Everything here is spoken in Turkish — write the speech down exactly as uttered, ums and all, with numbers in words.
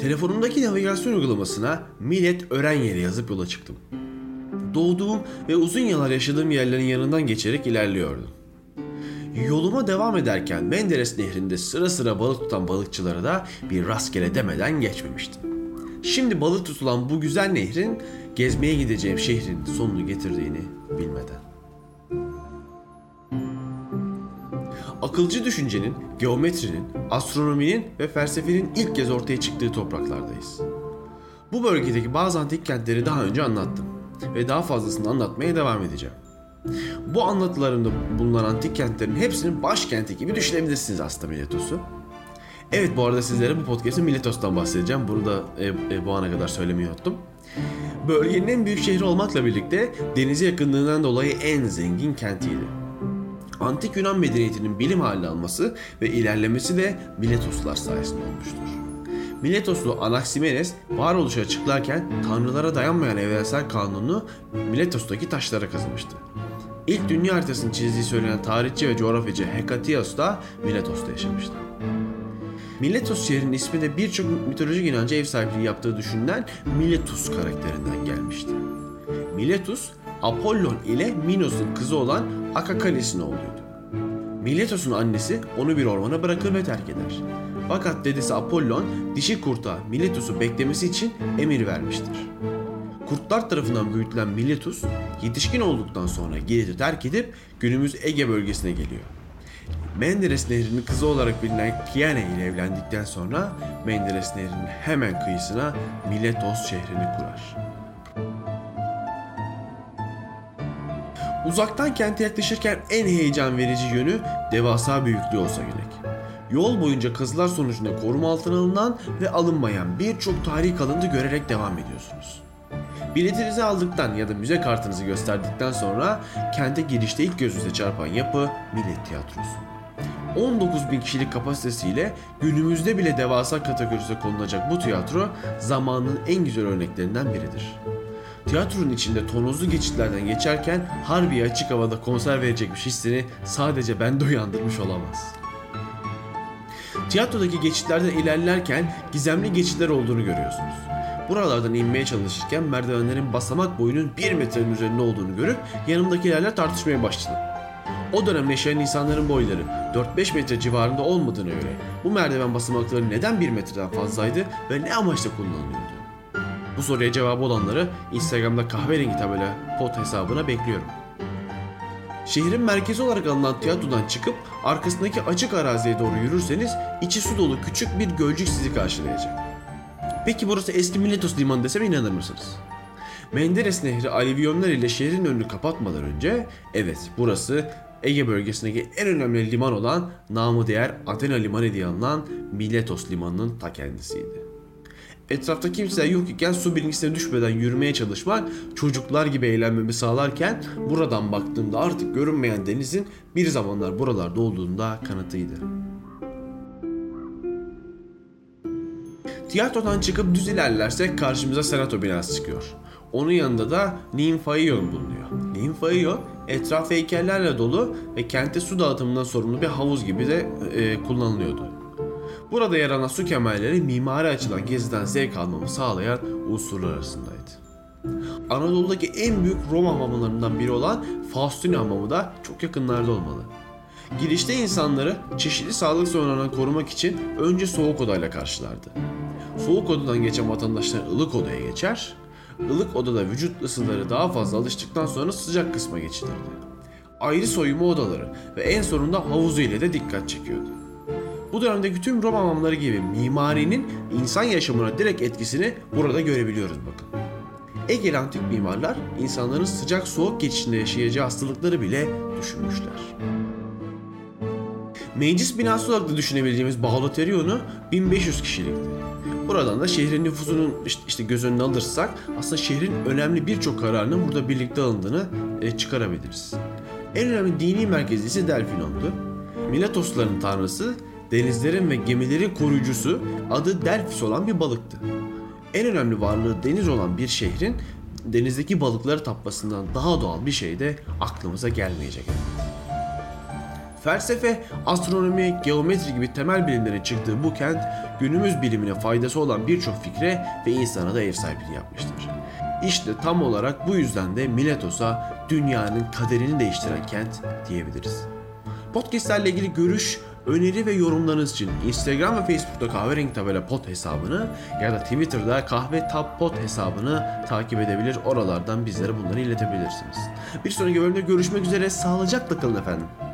Telefonumdaki navigasyon uygulamasına Millet Ören Yeri yazıp yola çıktım. Doğduğum ve uzun yıllar yaşadığım yerlerin yanından geçerek ilerliyordum. Yoluma devam ederken Menderes Nehri'nde sıra sıra balık tutan balıkçılara da bir rastgele demeden geçmemiştim. Şimdi balık tutulan bu güzel nehrin gezmeye gideceğim şehrin sonunu getirdiğini bilmeden. Akılcı düşüncenin, geometrinin, astronominin ve felsefenin ilk kez ortaya çıktığı topraklardayız. Bu bölgedeki bazı antik kentleri daha önce anlattım ve daha fazlasını anlatmaya devam edeceğim. Bu anlatılarımda bulunan antik kentlerin hepsinin başkenti gibi düşünebilirsiniz aslında Miletos'u. Evet, bu arada sizlere bu podcast'ın Miletos'tan bahsedeceğim. Bunu da e, e, bu ana kadar söylemeyi unuttum. Bölgenin en büyük şehri olmakla birlikte denize yakınlığından dolayı en zengin kentiydi. Antik Yunan medeniyetinin bilim hali alması ve ilerlemesi de Miletoslar sayesinde olmuştur. Miletoslu Anaximenes varoluşu açıklarken tanrılara dayanmayan evrensel kanunu Miletos'taki taşlara kazımıştı. İlk dünya haritasını çizdiği söylenen tarihçi ve coğrafyacı Hekatios da Miletos'ta yaşamıştı. Miletos şehrinin ismi de birçok mitolojik inanca ev sahipliği yaptığı düşünülen Miletus karakterinden gelmişti. Miletus, Apollon ile Minos'un kızı olan Akakales'in oğluydu. Miletos'un annesi onu bir ormana bırakır ve terk eder. Fakat dedesi Apollon dişi kurta Miletos'u beklemesi için emir vermiştir. Kurtlar tarafından büyütülen Miletus yetişkin olduktan sonra Girit'i terk edip günümüz Ege bölgesine geliyor. Menderes Nehri'nin kızı olarak bilinen Kiane ile evlendikten sonra Menderes Nehri'nin hemen kıyısına Miletos şehrini kurar. Uzaktan kente yaklaşırken en heyecan verici yönü devasa büyüklüğü olsa gerek. Yol boyunca kazılar sonucunda koruma altına alınan ve alınmayan birçok tarihi kalıntı görerek devam ediyorsunuz. Biletinizi aldıktan ya da müze kartınızı gösterdikten sonra kente girişte ilk gözünüze çarpan yapı Millet Tiyatrosu. on dokuz bin kişilik kapasitesiyle günümüzde bile devasa kategorisine konulacak bu tiyatro zamanının en güzel örneklerinden biridir. Tiyatronun içinde tonozlu geçitlerden geçerken harbi açık havada konser verecekmiş hissini sadece bende uyandırmış olamaz. Tiyatrodaki geçitlerden ilerlerken gizemli geçitler olduğunu görüyorsunuz. Buralardan inmeye çalışırken merdivenlerin basamak boyunun bir metrenin üzerinde olduğunu görüp yanımdakilerle tartışmaya başladım. O dönem yaşayan insanların boyları dört beş metre civarında olmadığına göre bu merdiven basamakları neden bir metreden fazlaydı ve ne amaçla kullanılıyordu? Bu soruya cevabı olanları Instagram'da kahverengi tabela pot hesabına bekliyorum. Şehrin merkezi olarak alınan tiyatrodan çıkıp arkasındaki açık araziye doğru yürürseniz içi su dolu küçük bir gölcük sizi karşılayacak. Peki burası eski Miletos limanı desem inanır mısınız? Menderes Nehri alüvyonlar ile şehrin önünü kapatmadan önce evet burası Ege bölgesindeki en önemli liman olan namı değer Athena Limanı diye anılan Miletos Limanı'nın ta kendisiydi. Etrafta kimse yok iken su bilgisine düşmeden yürümeye çalışmak çocuklar gibi eğlenmemi sağlarken buradan baktığımda artık görünmeyen denizin bir zamanlar buralarda olduğunda kanıtıydı. Tiyatrodan çıkıp düz ilerlersek karşımıza senato binası çıkıyor. Onun yanında da Nymphaion bulunuyor. Nymphaion etrafı heykellerle dolu ve kente su dağıtımından sorumlu bir havuz gibi de e, kullanılıyordu. Burada yer alan su kemerleri mimari açıdan geziden zevk almamı sağlayan unsurlar arasındaydı. Anadolu'daki en büyük Roma hamamlarından biri olan Faustina Hamamı da çok yakınlarda olmalı. Girişte insanları çeşitli sağlık sorunlarından korumak için önce soğuk odayla karşılardı. Soğuk odadan geçen vatandaşlar ılık odaya geçer, ılık odada vücut ısıları daha fazla alıştıktan sonra sıcak kısma geçilirdi. Ayrı soyunma odaları ve en sonunda havuzu ile de dikkat çekiyordu. Bu dönemdeki tüm Roma hamamları gibi mimarinin insan yaşamına direkt etkisini burada görebiliyoruz bakın. Egeli antik mimarlar insanların sıcak soğuk geçişinde yaşayacağı hastalıkları bile düşünmüşler. Meclis binası olarak da düşünebileceğimiz Baulaterion'u bin beş yüz kişilikti. Buradan da şehrin nüfusunun işte göz önüne alırsak aslında şehrin önemli birçok kararının burada birlikte alındığını çıkarabiliriz. En önemli dini merkezi ise Delfinon'du. Miletosların tanrısı, denizlerin ve gemilerin koruyucusu adı Delfis olan bir balıktı. En önemli varlığı deniz olan bir şehrin denizdeki balıkları tapmasından daha doğal bir şey de aklımıza gelmeyecek. Felsefe, astronomi, geometri gibi temel bilimlerin çıktığı bu kent günümüz bilimine faydası olan birçok fikre ve insana da ev sahipliği yapmıştır. İşte tam olarak bu yüzden de Miletos'a dünyanın kaderini değiştiren kent diyebiliriz. Podcastlerle ilgili görüş, öneri ve yorumlarınız için Instagram ve Facebook'ta Kahverengi Tabela Pod hesabını ya da Twitter'da Kahve Tab Pod hesabını takip edebilir. Oralardan bizlere bunları iletebilirsiniz. Bir sonraki bölümde görüşmek üzere. Sağlıcakla kalın efendim.